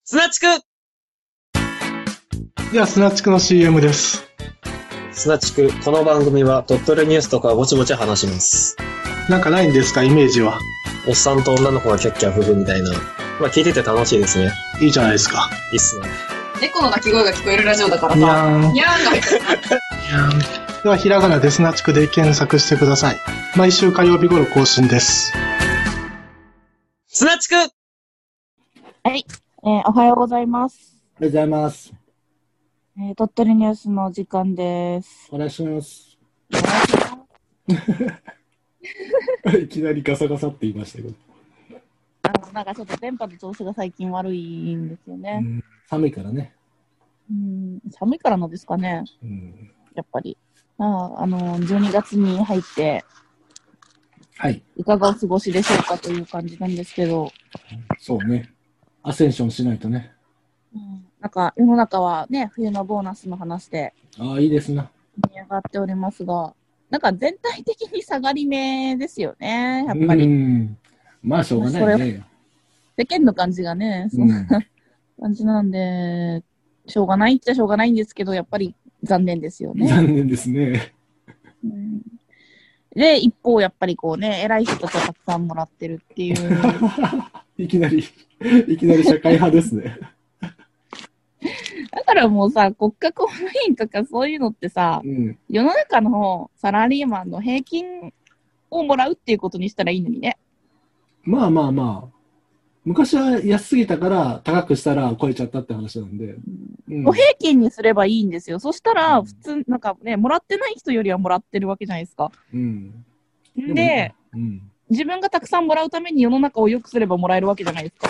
砂地区。 では、スナチクの CM です。 砂地区、この番組は鳥取ニュースとかぼちぼち話します。 なんかないんですか、イメージは。 おっさんと女の子がキャッキャ夫婦みたいな。まあ聞いてて楽しいですね。 いいじゃないですか。 いいっすね。 猫の鳴き声が聞こえるラジオだからさ。 にゃーん。 にゃーんが入ってる。 では、ひらがなでスナチクで検索してください。毎週火曜日頃更新です。 砂地区。 はい、おはようございます。 おはようございます。 鳥取ニュースの時間です。 お願いします。いきなりガサガサって言いましたけど。 なんかちょっと電波の調子が最近悪いんですよね。 寒いからね。 寒いからのですかね。やっぱり。12月に入って、 はい。 いかがお過ごしでしょうかという感じなんですけど。 そうね。アセンションしないとね。 なんか世の中はね、冬のボーナスの話でああ、いいですな。 盛り上がっておりますが、なんか全体的に下がり目ですよね、やっぱり。 まあ、しょうがないね。 世間の感じがね、そんな感じなんで、しょうがないっちゃしょうがないんですけど、やっぱり残念ですよね。 残念ですね。 で、一方、やっぱりこうね、偉い人たちはたくさんもらってるっていう。 いきなり社会派ですね。 だからもうさ、国家公務員とかそういうのってさ、世の中のサラリーマンの平均をもらうっていうことにしたらいいのにね。 まあまあまあ。昔は安すぎたから高くしたら超えちゃったって話なんで。 もう平均にすればいいんですよ。そしたら、普通、なんかね、もらってない人よりはもらってるわけじゃないですか。で、自分がたくさんもらうために世の中を良くすればもらえるわけじゃないですか。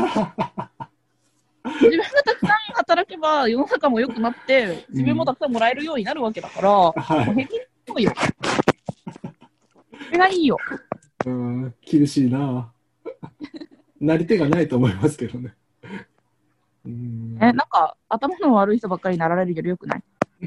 自分がたくさん働けば世の中も良くなって、自分もたくさんもらえるようになるわけだから、もう平均のよ。それがいいよ。 厳しいな。なり手がないと思いますけどね。 なんか頭の悪い人ばっかりになられるより良くない？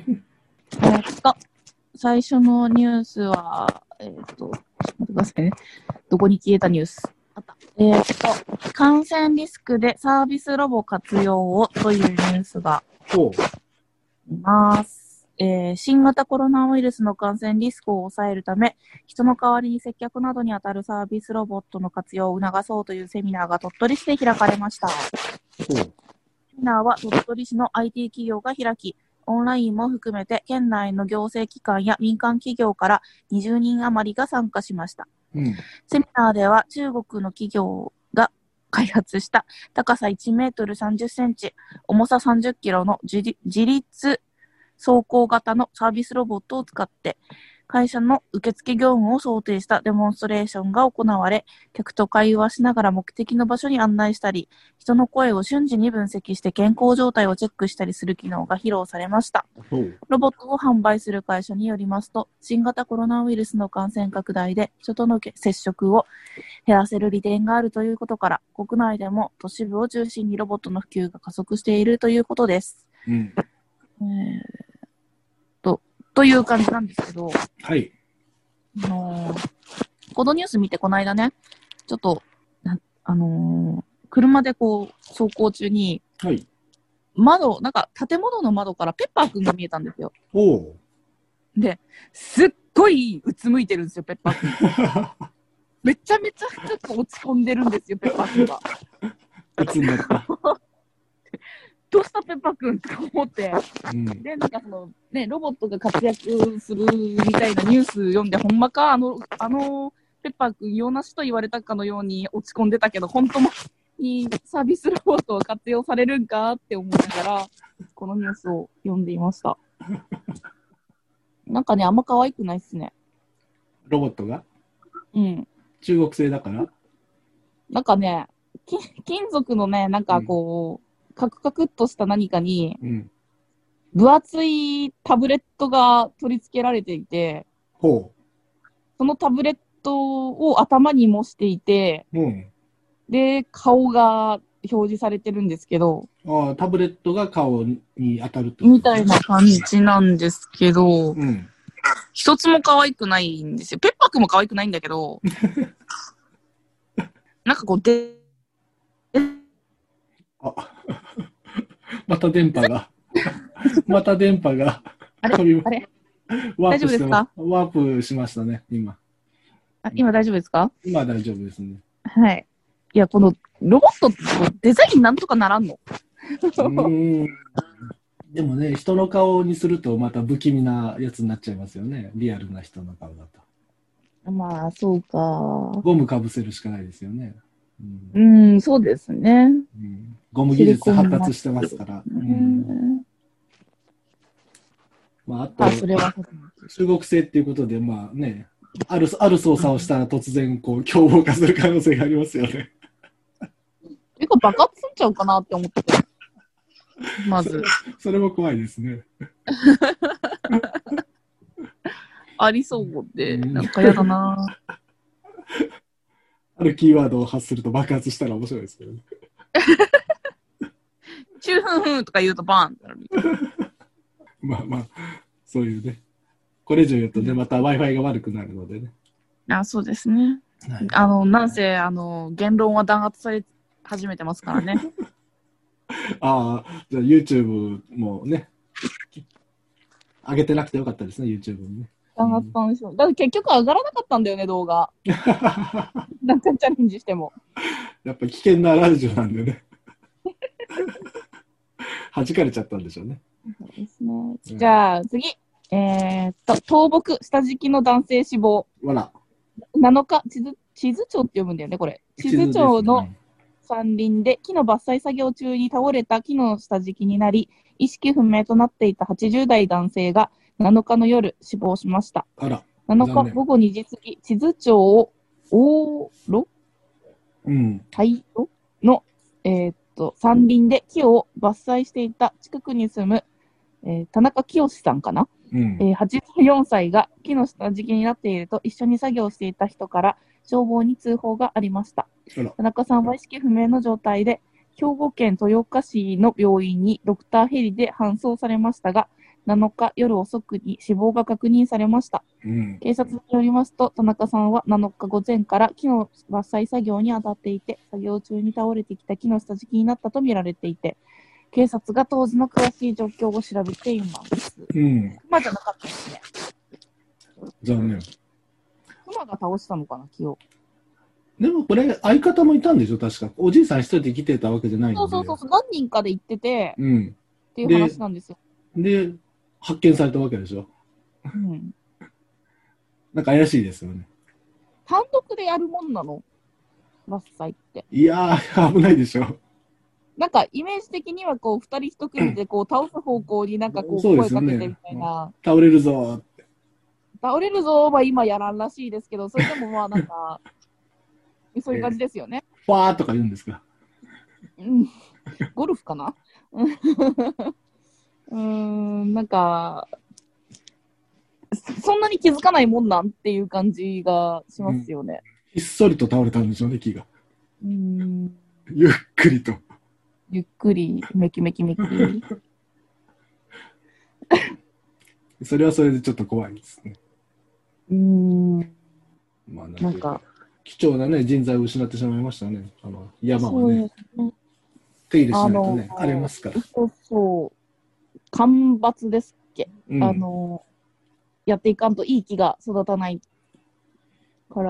最初のニュースは、ちょっと待ってくださいね。どこに消えたニュース？あった。感染リスクでサービスロボ活用をというニュースがいます。新型コロナウイルスの感染リスクを抑えるため、人の代わりに接客などに当たるサービスロボットの活用を促そうというセミナーが鳥取市で開かれました。セミナーは鳥取市の IT 企業が開き、オンラインも含めて県内の行政機関や民間企業から20人余りが参加しました。セミナーでは中国の企業が開発した高さ1メートル30センチ、重さ30キロの自立走行型のサービスロボットを使って、会社の受付業務を想定したデモンストレーションが行われ、客と会話しながら目的の場所に案内したり、人の声を瞬時に分析して健康状態をチェックしたりする機能が披露されました。ロボットを販売する会社によりますと、新型コロナウイルスの感染拡大で人との接触を減らせる利点があるということから、国内でも都市部を中心にロボットの普及が加速しているということです。という感じなんですけど、 はい。 このニュース見てこの間ね、ちょっと、車でこう、走行中に、なんか建物の窓からペッパーくんが見えたんですよ。で、すっごいうつむいてるんですよ、ペッパーくん。めちゃめちゃ深く落ち込んでるんですよ、ペッパーくんが。どうしたペッパーくんとか思って、で、なんかその、ね、ロボットが活躍するみたいなニュース読んで、ほんまか、ペッパーくん用なしと言われたかのように落ち込んでたけど、本当にサービスロボットは活用されるんかって思いながら、このニュースを読んでいました。なんかね、あんま可愛くないっすね。 ロボットが？中国製だから？ なんかね、金属のね、なんかこう、カクカクっとした何かに、分厚いタブレットが取り付けられていて、そのタブレットを頭に模していて、で、顔が表示されてるんですけど、 タブレットが顔に当たるってことみたいな感じなんですけど、一つも可愛くないんですよ。ペッパーくんも可愛くないんだけど、なんかこう、 また電波が、また電波があれ飛びあれワー大丈夫ですか？ ワープしましたね、今。 今大丈夫ですか？ 今は大丈夫ですね。 はい。いや、このロボットってデザインなんとかならんの？ でもね、人の顔にするとまた不気味なやつになっちゃいますよね。リアルな人の顔だと。 まあ、そうか。 ゴムかぶせるしかないですよね。うんそうですね。 ゴム技術発達してますから。まあ、あと、 それは中国製っていうことで、まあね、ある操作をしたら突然、こう、凶暴化する可能性がありますよね。 結構爆発すんちゃうかなって思ってて。まず。 それも怖いですね。 ありそうで、なんかやだな。 あるキーワードを発すると爆発したら面白いですけどね。 チューフンフンとか言うとバーンってなるみたいな。 まあまあ、そういうね。これ以上言うとね、また Wi-Fi が悪くなるのでね。 そうですね。 はい、 なんせ、言論は弾圧され始めてますからね。 ああ、じゃあ YouTube もね、上げてなくてよかったですね、YouTube にね。 弾圧したんでしょ。だって結局上がらなかったんだよね、動画。なんかチャレンジしても。 やっぱ危険なラジオなんでね。弾かれちゃったんでしょうね。 そうですね。じゃあ次。倒木、下敷きの男性死亡。 ほら。 7日、地図町って読むんだよね、これ。地図町の山林で木の伐採作業中に倒れた木の下敷きになり、意識不明となっていた80代男性が7日の夜死亡しました。 あら。 7日午後2時過ぎ、地図町大路大路の、山林で木を伐採していた近くに住む、田中清さんかな、84歳が木の下敷きになっていると一緒に作業していた人から消防に通報がありました。田中さんは意識不明の状態で兵庫県豊岡市の病院にドクターヘリで搬送されましたが、7日夜遅くに死亡が確認されました。警察によりますと、田中さんは7日午前から木の伐採作業に当たっていて、作業中に倒れてきた木の下敷きになったとみられていて、警察が当時の詳しい状況を調べています。熊じゃなかったですね。 残念。 熊が倒したのかな、木を。 でもこれ、相方もいたんでしょ、確か。おじいさん一人で来てたわけじゃないんで。 そう、何人かで行ってて、っていう話なんですよ。 で、発見されたわけでしょ。なんか怪しいですよね。 単独でやるもんなの？伐採って。 いやー、危ないでしょ。 なんかイメージ的にはこう二人一組でこう倒す方向になんかこう声かけてみたいな。 倒れるぞー。 倒れるぞーは今やらんらしいですけど、それでもまあなんか、そういう感じですよね。 ファーとか言うんですか。 ゴルフかななんか、そんなに気づかないもんなんっていう感じがしますよね。 ひっそりと倒れたんでしょうね、木が。ゆっくりと。 ゆっくり、めきめきめき。 それはそれでちょっと怖いですね。まあなんか、貴重なね、人材を失ってしまいましたね。山はね。手入れしないとね、荒れますから。 そう。間伐ですっけ、やっていかんといい木が育たないから。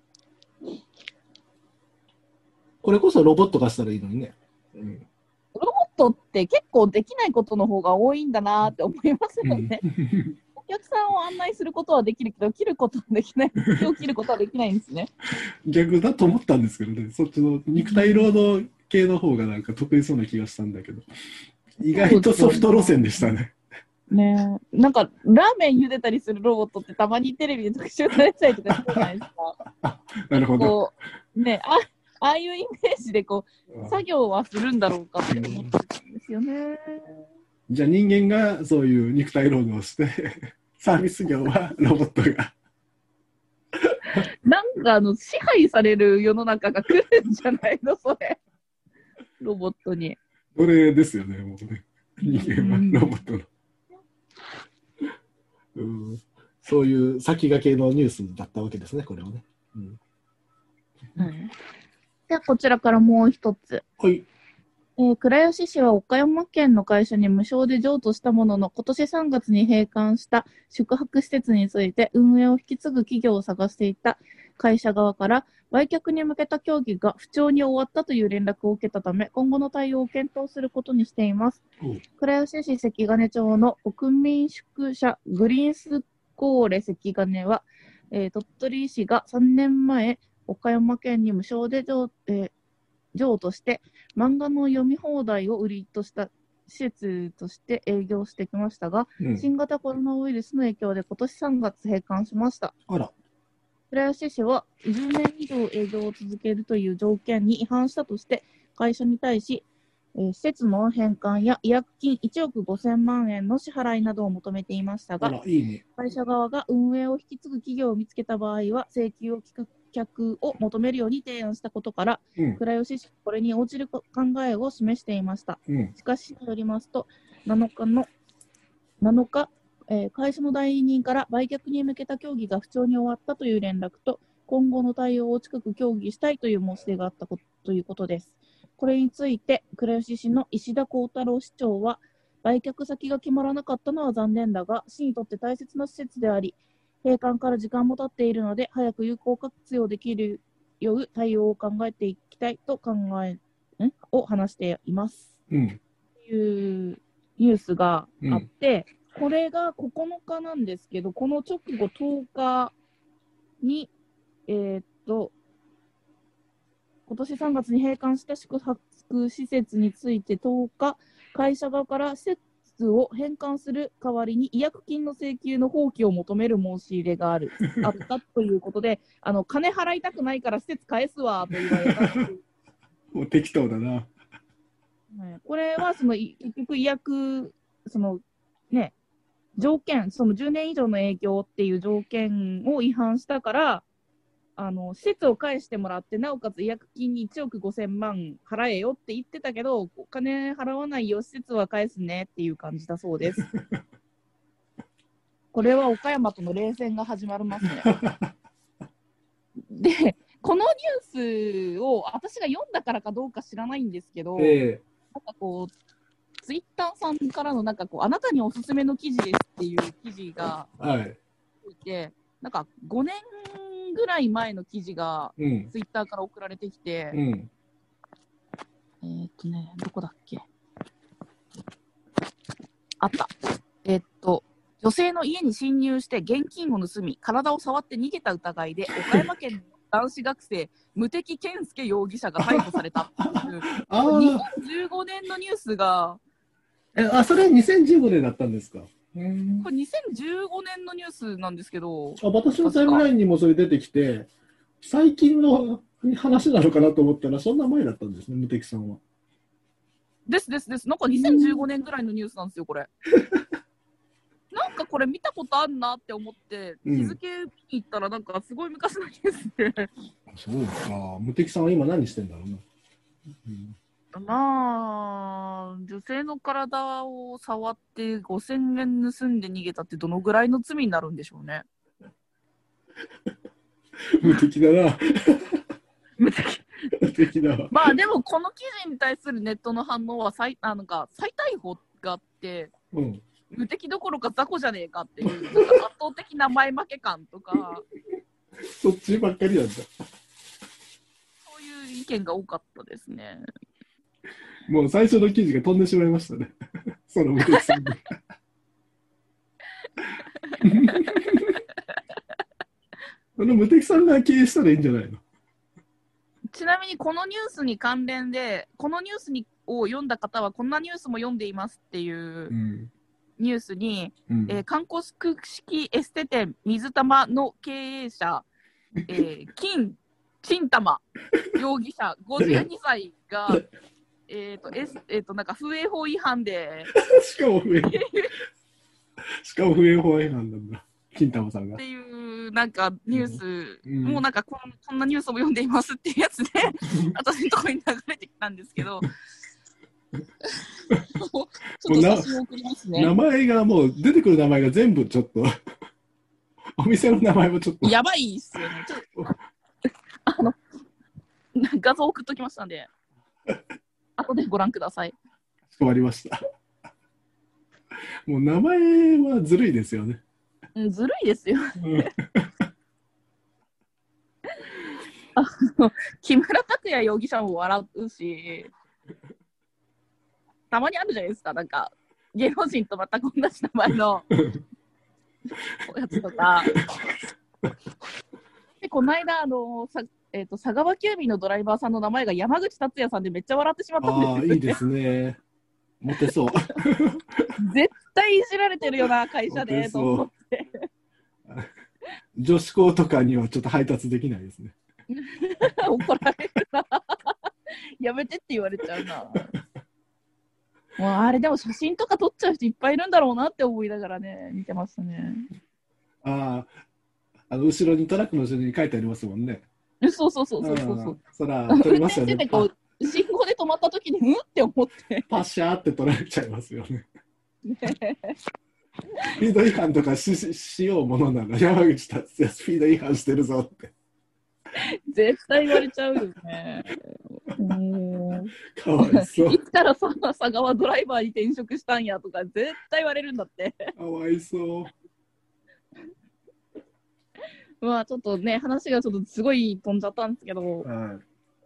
これこそロボットがしたらいいのにね。 ロボットって結構できないことの方が多いんだなって思いますよね。お客さんを案内することはできるけど、切ることはできない。木を切ることはできないんですね。 逆だと思ったんですけどね、そっちの肉体労働系の方がなんか得意そうな気がしたんだけど、意外とソフト路線でしたね。 ねえ、なんかラーメン茹でたりするロボットってたまにテレビで特集されたりとかするじゃないですか。 なるほど。 こうね、ああいうイメージでこう作業はするんだろうかって思ってたんですよね。 じゃあ人間がそういう肉体労働をしてサービス業はロボットがなんか支配される世の中が来るんじゃないのそれ。ロボットに。 これですよね、もうね。人間はロボットの。そういう先駆けのニュースだったわけですね、これはね。 じゃあこちらからもう一つ。 はい。 倉吉市は岡山県の会社に無償で譲渡したものの、今年3月に閉館した宿泊施設について運営を引き継ぐ企業を探していた会社側から、売却に向けた協議が不調に終わったという連絡を受けたため、今後の対応を検討することにしています。倉吉市関金町の国民宿舎グリーンスコーレ関金は、鳥取市が3年前、岡山県に無償で譲渡して漫画の読み放題を売りとした施設として営業してきましたが、新型コロナウイルスの影響で今年3月閉館しました。 あら。 倉吉市は10年以上営業を続けるという条件に違反したとして会社に対し、施設の返還や違約金1億5000万円の支払いなどを求めていましたが、 いいね、 会社側が運営を引き継ぐ企業を見つけた場合は請求を棄却を求めるように提案したことから、倉吉市はこれに応じる考えを示していました。しかし、によりますと、7日、会社の代理人から売却に向けた協議が不調に終わったという連絡と、今後の対応を近く協議したいという申し出があったということです。これについて、倉吉市の石田幸太郎市長は、売却先が決まらなかったのは残念だが、市にとって大切な施設であり、閉館から時間も経っているので、早く有効活用できるよう対応を考えていきたいとを話しています。というニュースがあって、これが9日なんですけど、この直後10日に、今年3月に閉館した宿泊施設について10日、会社側から施設を返還する代わりに違約金の請求の放棄を求める申し入れがあったということで、金払いたくないから施設返すわと言われた。 もう適当だな。 これは結局違約、条件、10年以上の影響っていう条件を違反したから、施設を返してもらって、なおかつ違約金に1億5000万払えよって言ってたけど、お金払わないよ、施設は返すねっていう感じだそうです。これは岡山との冷戦が始まりますね。で、このニュースを私が読んだからかどうか知らないんですけど、なんかこう、ツイッターさんからのあなたにおすすめの記事ですっていう記事がいて、なんか5年ぐらい前の記事がツイッターから送られてきて、どこだっけ、あった。女性の家に侵入して現金を盗み、体を触って逃げた疑いで、岡山県の男子学生、無敵健介容疑者が逮捕されたっていう、2015年のニュースが。 それ2015年だったんですか。 これ2015年のニュースなんですけど、 私のタイムラインにもそれ出てきて、最近の話なのかなと思ったら、そんな前だったんですね、無敵さんは。 です。なんか2015年ぐらいのニュースなんですよ、これ。なんかこれ見たことあるなって思って、日付見に行ったら、なんかすごい昔のニュースで。 そうか、無敵さんは今何してんだろうな。 まあ、女性の体を触って5000円盗んで逃げたってどのぐらいの罪になるんでしょうね。 無敵だな。 無敵。 無敵だわ。 まあでもこの記事に対するネットの反応は再逮捕があって、無敵どころか雑魚じゃねえかっていう、なんか圧倒的な前負け感とか。 そっちばっかりなんだ。 そういう意見が多かったですね。 もう最初の記事が飛んでしまいましたね。その無敵さんで。この無敵さんが経営したらいいんじゃないの？ ちなみにこのニュースに関連で、このニュースを読んだ方はこんなニュースも読んでいますっていうニュースに、韓国式エステ店水玉の経営者、金玉容疑者52歳がなんか風営法違反でしかも風営法違反なんだ、金玉さんが。 っていうなんかニュース、もうなんかこんなニュースも読んでいますっていうやつで私のところに流れてきたんですけどちょっと写真を送りますね。 名前がもう出てくる名前が全部ちょっとお店の名前もちょっとやばいっすよね。画像送っときましたんで。 後でご覧ください。 かしこまりました。もう名前はずるいですよね。 うん、ずるいですよ。 うん木村拓哉容疑者も笑うし、たまにあるじゃないですか、なんか、芸能人と全く同じ名前のやつとか。で、この間、佐川急便のドライバーさんの名前が山口達也さんでめっちゃ笑ってしまったんですああ、 よ、 いいですね。モテそう。 絶対いじられてるよな、会社で、と思って。 女子校とかにはちょっと配達できないですね。 怒られるな。やめてって言われちゃうな。もうあれでも写真とか撮っちゃう人いっぱいいるんだろうなって思いながらね、見てましたね。 ああ、後ろにトラックの後ろに書いてありますもんね。 そうそうそうそうそう。 そら、撮りますよね。 運転しててこう、信号で止まった時に、って思って。 パシャーって撮られちゃいますよね。スピード違反とかしようものなら、山口達也スピード違反してるぞって。 絶対言われちゃうよね。 かわいそう。 いつから佐川ドライバーに転職したんやとか絶対言われるんだって。 かわいそう。 まあちょっとね、話がちょっとすごい飛んじゃったんですけど、 は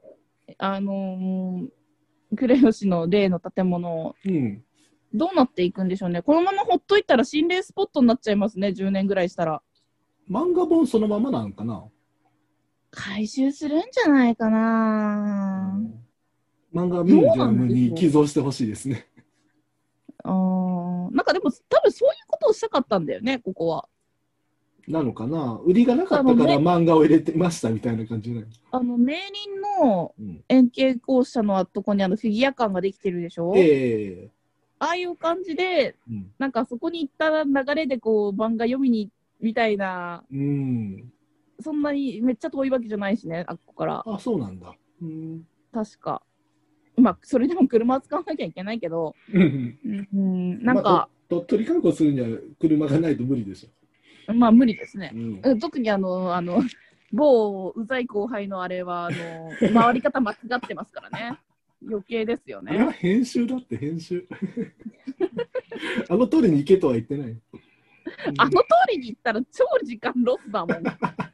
呉吉の例の建物、どうなっていくんでしょうね。このままほっといたら心霊スポットになっちゃいますね、10年ぐらいしたら。 漫画本そのままなのかな。 回収するんじゃないかな。 漫画ミュージアムに寄贈してほしいですね。 なんかでも多分そういうことをしたかったんだよね、ここは。 なのかな。売りがなかったから漫画を入れてましたみたいな感じじゃない。 名林の円形校舎のとこにフィギュア館ができてるでしょ。ああいう感じで、なんかそこに行った流れでこう漫画読みにみたいな、そんなにめっちゃ遠いわけじゃないしね、あっこから。 あ、そうなんだ。 確か。まあ、それでも車使わなきゃいけないけど、なんか、 鳥取観光するには車がないと無理でしょ。 まあ、無理ですね。特に某うざい後輩のあれは、回り方間違ってますからね。余計ですよね。 あれは編集だって、編集。あの通りに行けとは言ってない。 あの通りに行ったら超時間ロスだもん。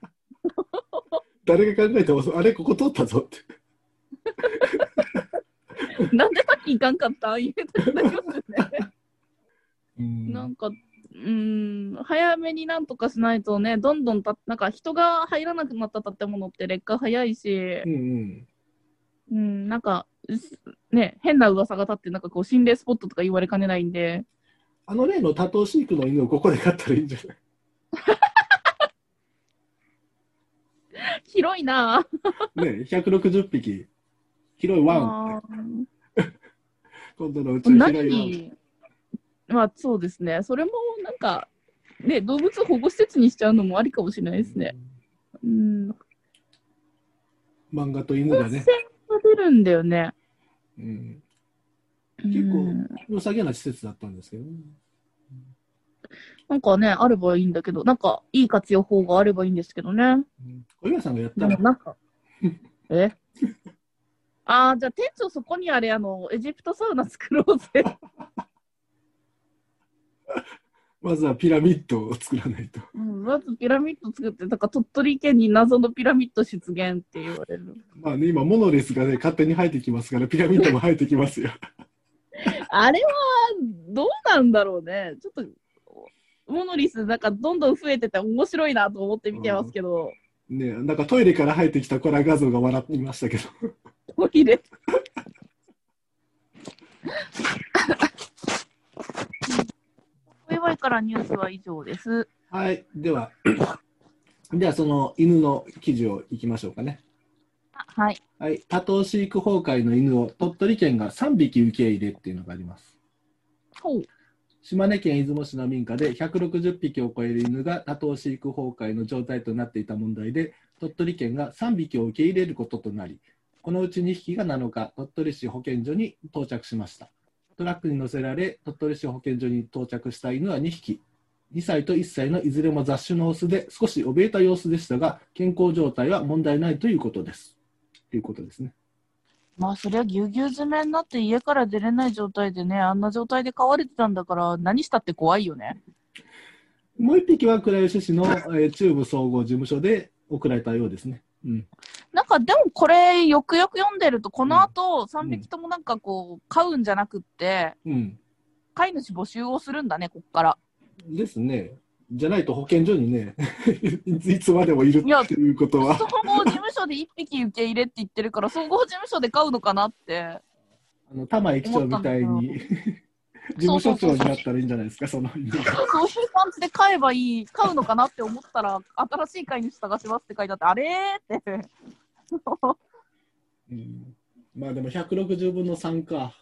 誰が考えても、あれ、ここ通ったぞって。 なんでさっき行かんかった言えたくなりますね。なんか、早めになんとかしないとね、どんどんなんか人が入らなくなった建物って劣化早いし、なんか、ね、変な噂が立って、なんかこう心霊スポットとか言われかねないんで。 あの例の多頭飼育の犬をここで飼ったらいいんじゃない広いなね、160匹。広いワン。今度のうちの広いワン。まあそうですね。それもなんか、ね、動物保護施設にしちゃうのもありかもしれないですね。 漫画と犬がね。 が出るんだよね。 結構良さげな施設だったんですけどね。 なんかね、あればいいんだけど、なんかいい活用法があればいいんですけどね。 小岩さんがやったら。 なんかじゃあ店長そこにあれ、エジプトサウナ作ろうぜ。 まずはピラミッドを作らないと。 まずピラミッド作って、なんか鳥取県に謎のピラミッド出現って言われる。 まあね、今モノレスがね、勝手に生えてきますから、ピラミッドも生えてきますよ。 あれは、どうなんだろうね。ちょっと、モノリス、なんかどんどん増えてて面白いなと思って見てますけど。 ね、なんかトイレから生えてきたコラ画像が笑っていましたけど。 トイレ前からニュースは以上です。 はい。ではその犬の記事をいきましょうかね。 はい。 はい。多頭飼育崩壊の犬を鳥取県が3匹受け入れっていうのがあります。島根県出雲市の民家で160匹を超える犬が多頭飼育崩壊の状態となっていた問題で、鳥取県が3匹を受け入れることとなり、このうち2匹が7日、鳥取市保健所に到着しました。トラックに乗せられ、鳥取市保健所に到着した犬は2匹。2歳と1歳のいずれも雑種のオスで、少し怯えた様子でしたが、健康状態は問題ないということです。ということですね。 まあ、そりゃぎゅうぎゅう詰めになって家から出れない状態でね、あんな状態で飼われてたんだから、何したって怖いよね。 もう一匹は倉吉市の、中部総合事務所で送られたようですね。うん。 なんか、でもこれ、よくよく読んでると、この後、3匹ともなんかこう、飼うんじゃなくって、飼い主募集をするんだね、こっから。 ですね。じゃないと保健所にね、いつまでもいるっていうことは。 総合事務所で1匹受け入れって言ってるから、総合事務所で飼うのかなって。 多摩駅長みたいに、事務所長になったらいいんじゃないですか、その犬が。 そういう感じで飼えばいい、飼うのかなって思ったら、新しい飼い主探しますって書いてあって、あれーって。 まあでも160分の3か。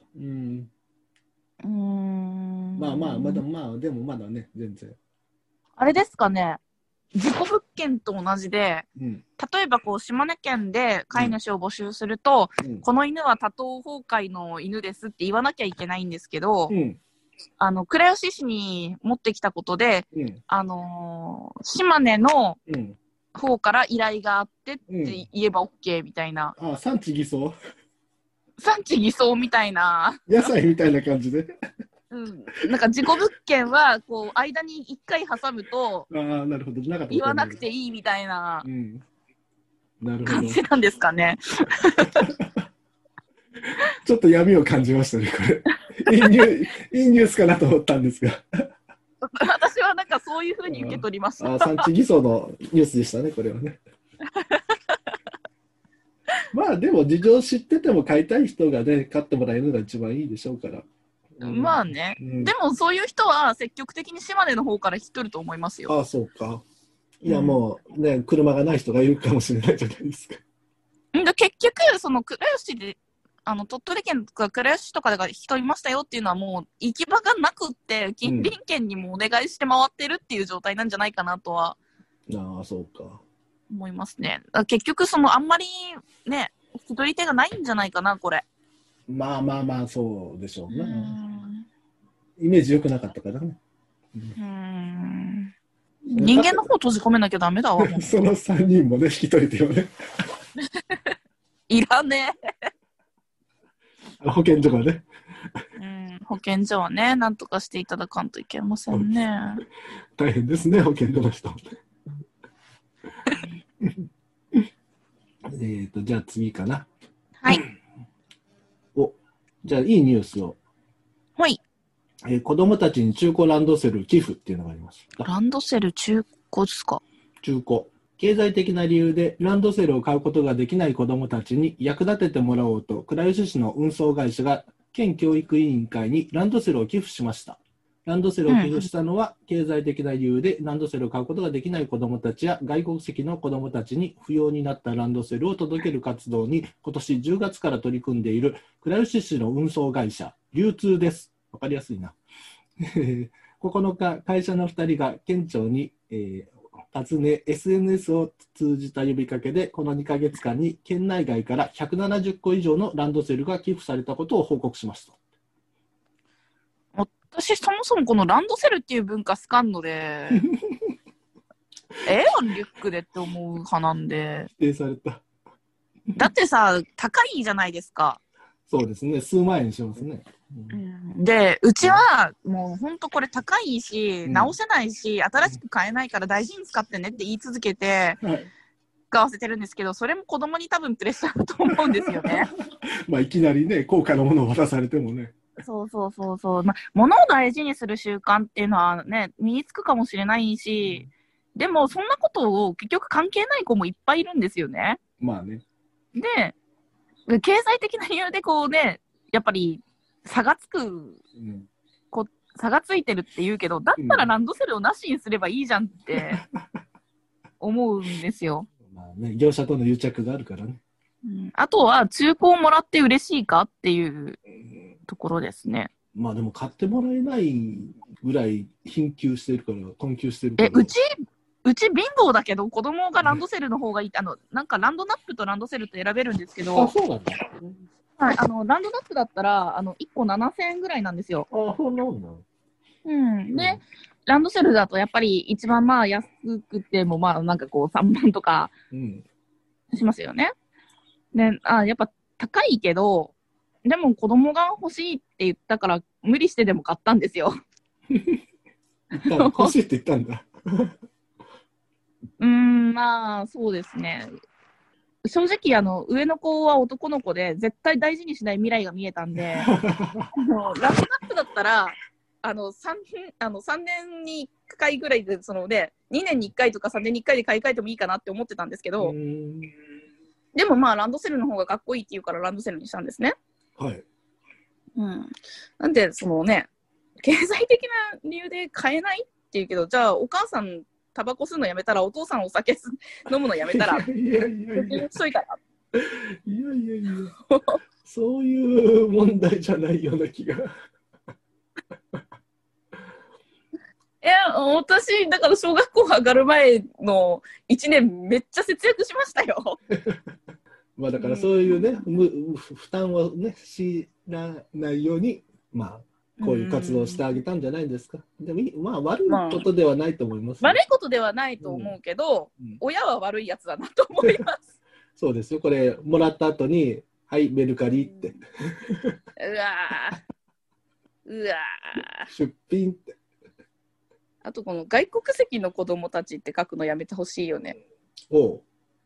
まあ、でもまだね、全然。 あれですかね、事故物件と同じで、例えばこう島根県で飼い主を募集すると、この犬は多頭崩壊の犬ですって言わなきゃいけないんですけど、倉吉市に持ってきたことで、島根の方から依頼があってって言えば OK みたいな。 産地偽装産地偽装みたいな。 野菜みたいな感じで。 なんか事故物件はこう間に1回挟むとなるほど、 言わなくていいみたいな感じなんですかね。 ちょっと闇を感じましたね、これ。いいニュースかなと思ったんですが。 私はなんかそういうふうに受け取りました。 産地偽装のニュースでしたね、これはね。まあでも事情知ってても飼いたい人がね、飼ってもらえるのが一番いいでしょうから。 まあね、でもそういう人は積極的に島根の方から引き取ると思いますよ。 そうか。いやもうね、車がない人がいるかもしれないじゃないですか。 結局、その倉吉で、鳥取県とか倉吉とかが引き取りましたよっていうのはもう行き場がなくって、近隣県にもお願いして回ってるっていう状態なんじゃないかなとは。 そうか。 思いますね。結局、あんまりね、引き取り手がないんじゃないかな、これ。 まあ、そうでしょうね。イメージ良くなかったからね。 人間の方閉じ込めなきゃダメだわ。 その3人もね、引き取り手をね。 いらねえ。保健所がね。 保健所はね、なんとかしていただかんといけませんね。 大変ですね、保健所の人。じゃあ次かな。 はい。 じゃあいいニュースを。 はい。 子供たちに中古ランドセル寄付っていうのがあります。 ランドセル中古ですか？ 中古。経済的な理由でランドセルを買うことができない子供たちに役立ててもらおうと、倉吉市の運送会社が県教育委員会にランドセルを寄付しました。ランドセルを寄付したのは、経済的な理由でランドセルを買うことができない子どもたちや外国籍の子どもたちに不要になったランドセルを届ける活動に今年10月から取り組んでいる倉吉市の運送会社、流通です。わかりやすいな。9日、会社の2人が県庁に、尋ね、SNS を通じた呼びかけで、この2ヶ月間に県内外から170個以上のランドセルが寄付されたことを報告しました。 私、そもそもこのランドセルっていう文化好かんので、リュックでって思う派なんで。 否定された。 だってさ、高いじゃないですか。 そうですね、数万円しますね。 で、うちはもう本当これ高いし、直せないし、新しく買えないから大事に使ってねって言い続けて、使わせてるんですけど、それも子供に多分プレッシャーだと思うんですよね。 いきなりね、高価なものを渡されてもね。 そう。物を大事にする習慣っていうのはね、身につくかもしれないし、でもそんなことを結局関係ない子もいっぱいいるんですよね。 まあね。 で、経済的な理由でこうね、やっぱり差がつく、差がついてるって言うけど、だったらランドセルをなしにすればいいじゃんって思うんですよ。 まあね、業者との癒着があるからね。 あとは中古をもらって嬉しいかっていうところですね。 まあでも買ってもらえないぐらい貧窮してるから、困窮してるから。 うち貧乏だけど子供がランドセルの方がいい。なんかランドナップとランドセルと選べるんですけど。 そうなんだ。 はい、ランドナップだったら1個7000円ぐらいなんですよ。 そうなんだ。 で、ランドセルだとやっぱり一番安くてもなんかこう3万とかしますよね。で、やっぱ高いけど、でも子供が欲しいって言ったから無理してでも買ったんですよ。 欲しいって言ったんだ。 まあそうですね。正直上の子は男の子で絶対大事にしない未来が見えたんで、ランドアップだったら3年に1回ぐらいで2年に1回とか3年に1回で買い替えてもいいかなって思ってたんですけど、でもまあランドセルの方がかっこいいって言うからランドセルにしたんですね。 はい。 なんで経済的な理由で買えないっていうけど、じゃあお母さんタバコ吸うのやめたら、お父さんお酒飲むのやめたら、しといたら。 そういう問題じゃないような気が。 私、だから小学校上がる前の1年めっちゃ節約しましたよ。 まあだからそういうね、負担をね、強いらないように、まあ、こういう活動をしてあげたんじゃないですか。でもまあ悪いことではないと思います、ね。 悪いことではないと思うけど、親は悪いやつだなと思います。 そうですよ。これもらった後に、はいメルカリって。 うわ出品って。 あとこの外国籍の子供たちって書くのやめてほしいよね。 おう。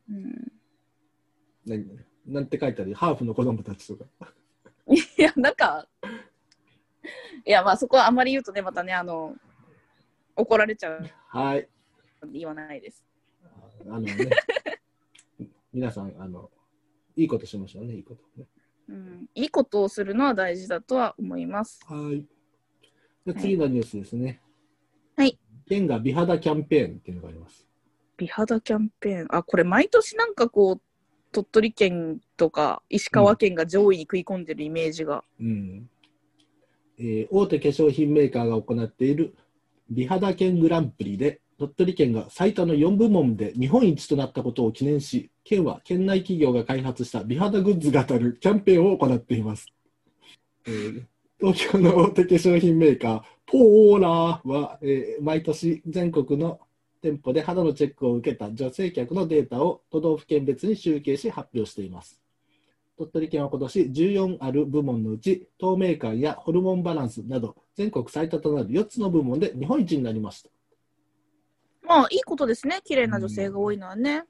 なんて書いてある？ハーフの子供たちとか。 いやなんか。いやまあそこはあんまり言うとねまたね怒られちゃう。 はい。 言わないです。 ね、皆さんいいことしましょうね、いいことね。 いいことをするのは大事だとは思います。 はい。で次のニュースですね。 はい。 県が美肌キャンペーンっていうのがあります。美肌キャンペーン。これ毎年なんかこう鳥取県とか石川県が上位に食い込んでるイメージが。 大手化粧品メーカーが行っている美肌県グランプリで鳥取県が最多の4部門で日本一となったことを記念し、県は県内企業が開発した美肌グッズが当たるキャンペーンを行っています。東京の大手化粧品メーカーポーラーは、毎年全国の店舗で肌のチェックを受けた女性客のデータを都道府県別に集計し発表しています。鳥取県は今年14ある部門のうち透明感やホルモンバランスなど全国最多となる4つの部門で日本一になりました。 まあいいことですね。綺麗な女性が多いのはね。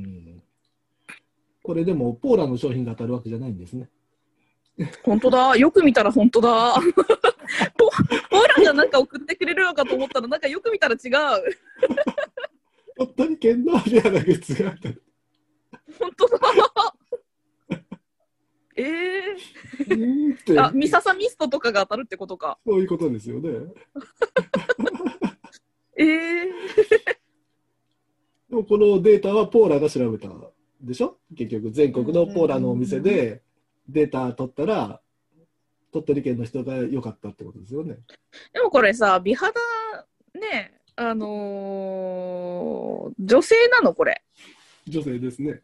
これでもポーラの商品が当たるわけじゃないんですね。 本当だ。よく見たら本当だ。ポーラがなんか送ってくれるのかと思ったらなんかよく見たら違う。 鳥取県のレアなグッズが当たる。 本当だ。ミササミストとかが当たるってことか。 そういうことですよね。でもこのデータはポーラが調べたでしょ。結局全国のポーラのお店でデータ取ったら鳥取県の人が良かったってことですよね。 でもこれさ、美肌ね、女性なのこれ。 女性ですね。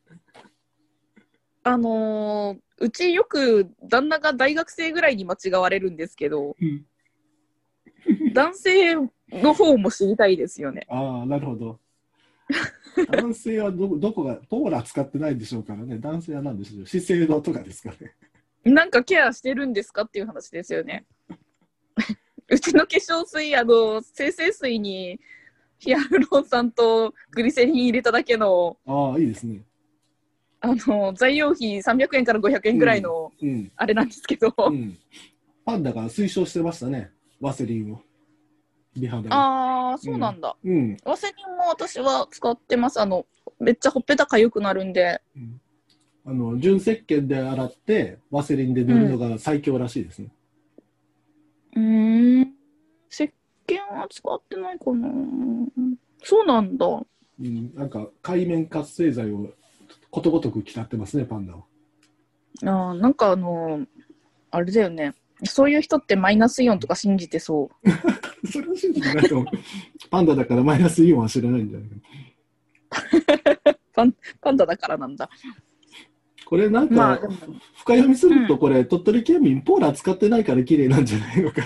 うちよく旦那が大学生ぐらいに間違われるんですけど、男性の方も知りたいですよね。 なるほど。男性はどこがポーラ使ってないでしょうからね。男性は何でしょう。資生堂とかですかね。 なんかケアしてるんですかっていう話ですよね。うちの化粧水精製水にヒアルロン酸とグリセリン入れただけのいいですね。 材料費300円から500円ぐらいのあれなんですけど、 パンダが推奨してましたね、ワセリンを。美肌そうなんだ。ワセリンも私は使ってます。めっちゃほっぺたかゆくなるんで。 純石鹸で洗ってワセリンで塗るのが最強らしいですね。 石鹸は使ってないかな。そうなんだ。 なんか界面活性剤をことごとく嫌ってますね、パンダは。 なんかあれだよね。そういう人ってマイナスイオンとか信じてそう。 それは信じてないと思う。パンダだからマイナスイオンは知らないんじゃないかな。 パンダだからなんだ。 これなんか、深読みするとこれ、鳥取県民ポーラー使ってないから綺麗なんじゃないのか。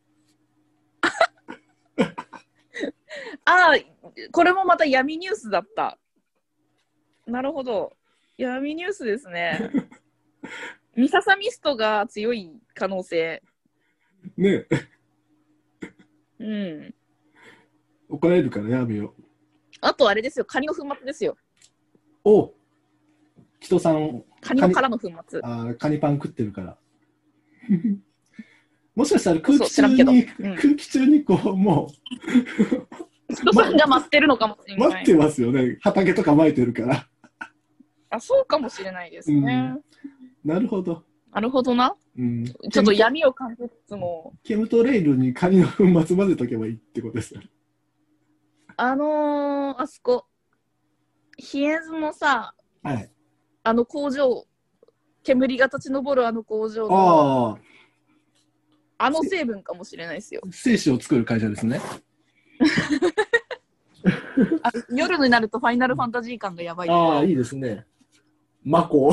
これもまた闇ニュースだった。なるほど。闇ニュースですね。 ミササミストが強い可能性。 ねうん。 怒られるからやめよう。 あとあれですよ、カニの粉末ですよ。 お人さん。 カニの殻の粉末。 カニパン食ってるから。もしかしたら空気中にこう、もう。人さんが待ってるのかもしれない。 待ってますよね。畑とか撒いてるから。 あ、そうかもしれないですね。 なるほど。 なるほどな。ちょっと闇を感じつつも。 ケムトレイルにカニの粉末混ぜとけばいいってことですよね。 あそこ、ヒエズのさ、 はい、 工場、煙が立ち上る工場の、成分かもしれないですよ。 精子を作る会社ですね。 夜になるとファイナルファンタジー感がやばい。 いいですね。マコ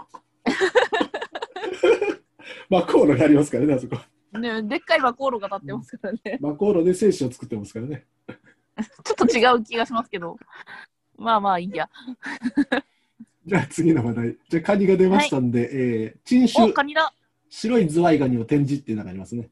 マコーロやりますからね、あそこ。 ね、でっかいマコーロが立ってますからね。 マコーロで精子を作ってますからね。 ちょっと違う気がしますけど。まあまあいいや。 じゃあ次の話題。じゃあカニが出ましたんで、珍種カニだ。 白いズワイガニを展示っていうのがありますね。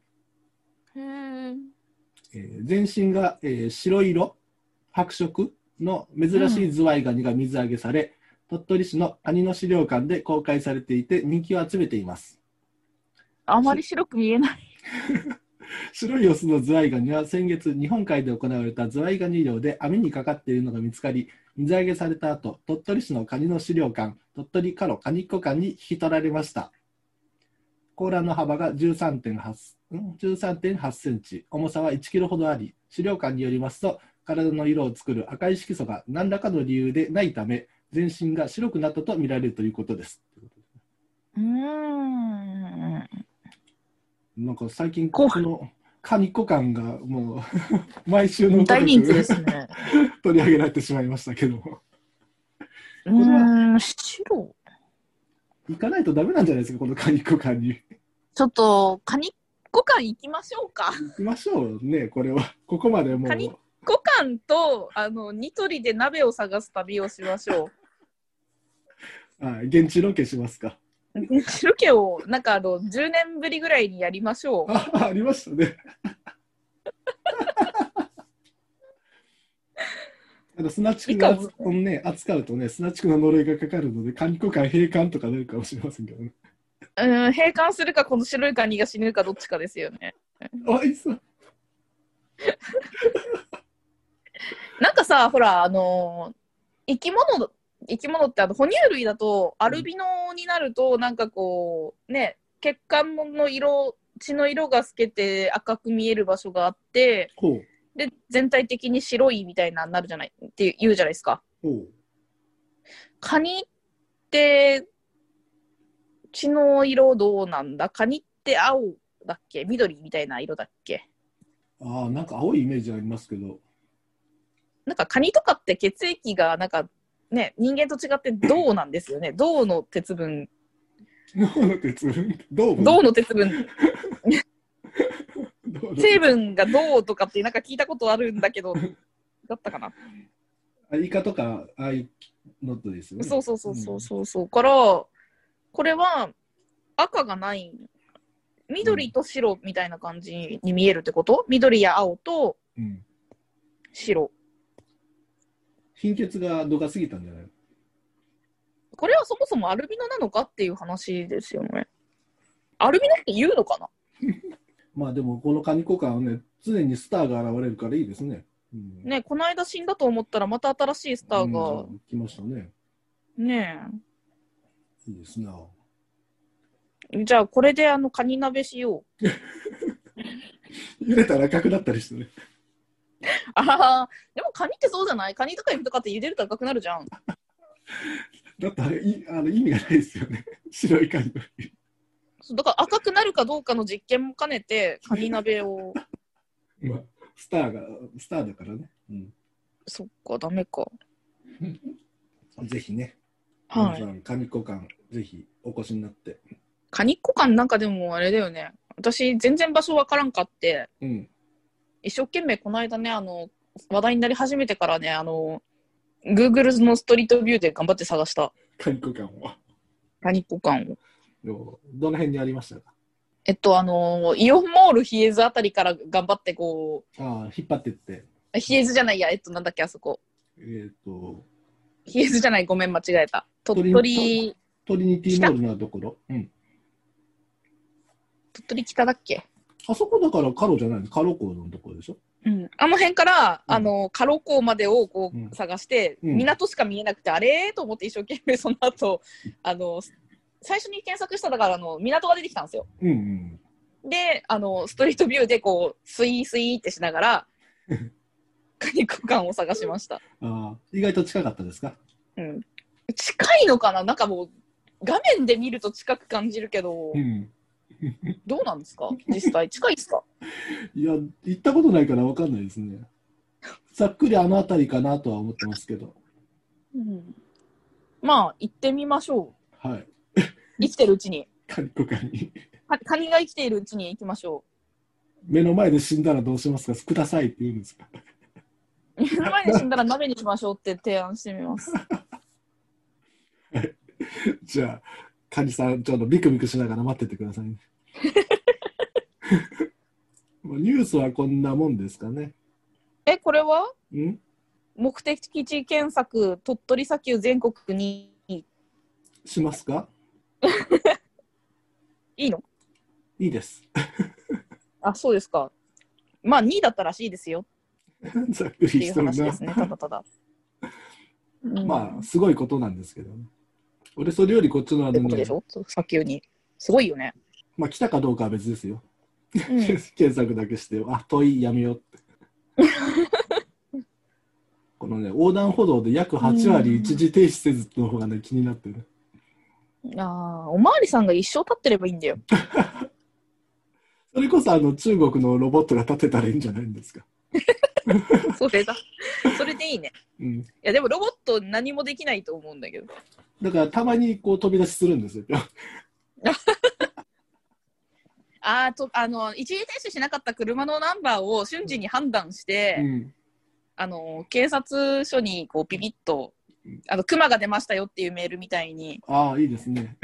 全身が、白色、白色の珍しいズワイガニが水揚げされ、鳥取市のカニの資料館で公開されていて人気を集めています。あまり白く見えない。 白いオスのズワイガニは先月日本海で行われたズワイガニ漁で網にかかっているのが見つかり、水揚げされた後、鳥取市のカニの資料館、鳥取カロカニっこ館に引き取られました。甲羅の幅が 13.8 センチ、重さは1キロほどあり、資料館によりますと、体の色を作る赤い色素が何らかの理由でないため、全身が白くなったと見られるということです。なんか最近このカニっこ館がもう毎週の大人気ですね。 取り上げられてしまいましたけども。 白行かないとダメなんじゃないですか、このカニっこ館に。 ちょっとカニっこ館行きましょうか。 行きましょうね、これは。ここまでもう。 カニっこ館とニトリで鍋を探す旅をしましょう。現地ロケしますか。 現地ロケをなんか10年ぶりぐらいにやりましょう。 ありましたね。砂地区がね、扱うとね、砂地区の呪いがかかるので、カニっこ館閉館とか出るかもしれませんけどね。 閉館するか、この白いカニが死ぬかどっちかですよね。なんかさ、ほら、生き物って哺乳類だと、アルビノになると、なんかこう、ね、血管の色、血の色が透けて赤く見える場所があって、で、全体的に白いみたいななるじゃないって言うじゃないですか。カニって、血の色どうなんだ？カニって青だっけ？緑みたいな色だっけ？ なんか青いイメージありますけど。 なんかカニとかって血液がなんかね、人間と違って銅なんですよね。銅の鉄分。銅の鉄分。成分が銅とかってなんか聞いたことあるんだけど、だったかな。 イカとかああいうのとですよね。 そう。からこれは赤がない。緑と白みたいな感じに見えるってこと？緑や青と白。 貧血が度が過ぎたんじゃないの？ これはそもそもアルビノなのかっていう話ですよね。アルビノって言うのかな？ まあでもこのカニコ館はね、常にスターが現れるからいいですね。 ね、この間死んだと思ったらまた新しいスターが、 来ましたね。 ねえ。いいですね。 じゃあこれでカニ鍋しよう。 茹でたら赤くなったりしてね。 でもカニってそうじゃない？カニとかエビとかって茹でると赤くなるじゃん。 だって意味がないですよね。白いカニの。 だから赤くなるかどうかの実験も兼ねてカニ鍋を。 まあ、スターだからね。 そっか、ダメか。 ぜひね。 はい。 カニっこ館ぜひお越しになって。 カニっこ館なんかでもあれだよね。私全然場所わからんかって。一生懸命この間ね、話題になり始めてからね、Google のストリートビューで頑張って探した。 カニっこ館を。 カニっこ館を。 どの辺にありましたか？ イオンモールヒエズあたりから頑張ってこう。 ああ、引っ張ってって。 ヒエズじゃないや、なんだっけ、あそこ。ヒエズじゃない、ごめん、間違えた。トリニティモールのところ。うん。 鳥取北だっけ？ あそこだからカロじゃないの？カロ港のところでしょ？ うん。あの辺から、カロ港までをこう探して、港しか見えなくて、あれと思って一生懸命その後、最初に検索しただから港が出てきたんですよ。 うんうん、 で、ストリートビューでこう、スイースイーってしながら、カニク館を探しました。 意外と近かったですか？ うん。近いのかな？なんかもう、画面で見ると近く感じるけど、どうなんですか？実際、近いですか？ いや、行ったことないから分かんないですね。ざっくりあの辺りかなとは思ってますけど。 まあ、行ってみましょう。はい。 生きてるうちに。 カニク館に。 カニが生きているうちに行きましょう。目の前で死んだらどうしますか？くださいって言うんですか？ 目の前で死んだら鍋にしましょうって提案してみます。 はい。じゃあ、カニさん、ちょっとビクビクしながら待っててくださいね。ニュースはこんなもんですかね。 これは目的地検索、鳥取砂丘全国にしますか？ いいの？ いいです。 あ、そうですか。まあ、2位だったらしいですよ。 ざっくりしてるな。っていう話ですね、ただただ。 まあ、すごいことなんですけどね。俺、それよりこっちのってことでしょ？砂丘に。すごいよね。 まあ、来たかどうかは別ですよ。検索だけして、遠い、やめようって。このね、横断歩道で約8割一時停止せずの方がね、気になってる。 おまわりさんが一生立ってればいいんだよ。 それこそ中国のロボットが立てたらいいんじゃないんですか。 それだ。それでいいね。いや、でもロボット何もできないと思うんだけど。 だからたまにこう飛び出しするんですよ。 一時停止しなかった車のナンバーを瞬時に判断して、警察署にこうピピッと、熊が出ましたよっていうメールみたいに。 いいですね。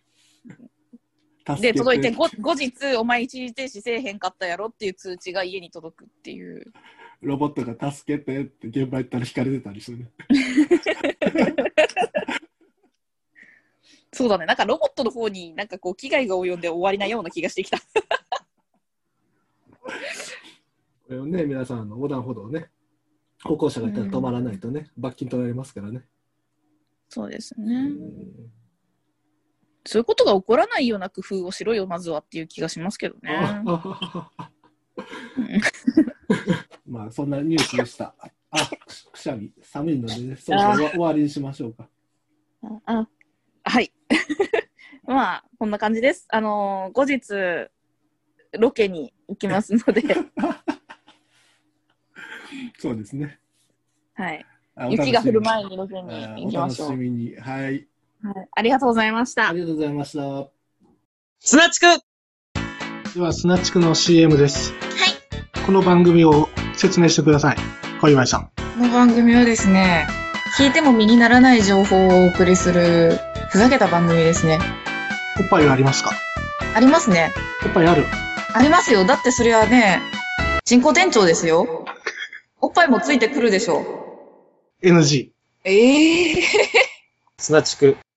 で、届いて後日、お前一時停止せえへんかったやろっていう通知が家に届くっていう。 ロボットが助けてって現場行ったら引かれてたりしてね。 そうだね。なんかロボットの方になんかこう危害が及んで終わりなような気がしてきた。 これをね、皆さん横断歩道ね、歩行者がいたら止まらないとね、罰金取られますからね。 そうですね。そういうことが起こらないような工夫をしろよ、まずはっていう気がしますけどね。 まあ、そんなニュースでした。くしゃみ、寒いのでね、そろそろ終わりにしましょうか。 はい。まあ、こんな感じです。後日、ロケに行きますので。 そうですね。 はい。雪が降る前にロケに行きましょう。 お楽しみに。はい。 ありがとうございました。 ありがとうございました。 砂地区では、砂地区の CM です。 はい。 この番組を説明してください。小岩井さん。 この番組はですね、聞いても身にならない情報をお送りする、ふざけた番組ですね。 おっぱいはありますか？ ありますね。 おっぱいある？ ありますよ。だってそれはね、人工店長ですよ。おっぱいもついてくるでしょ。 NG。 砂地区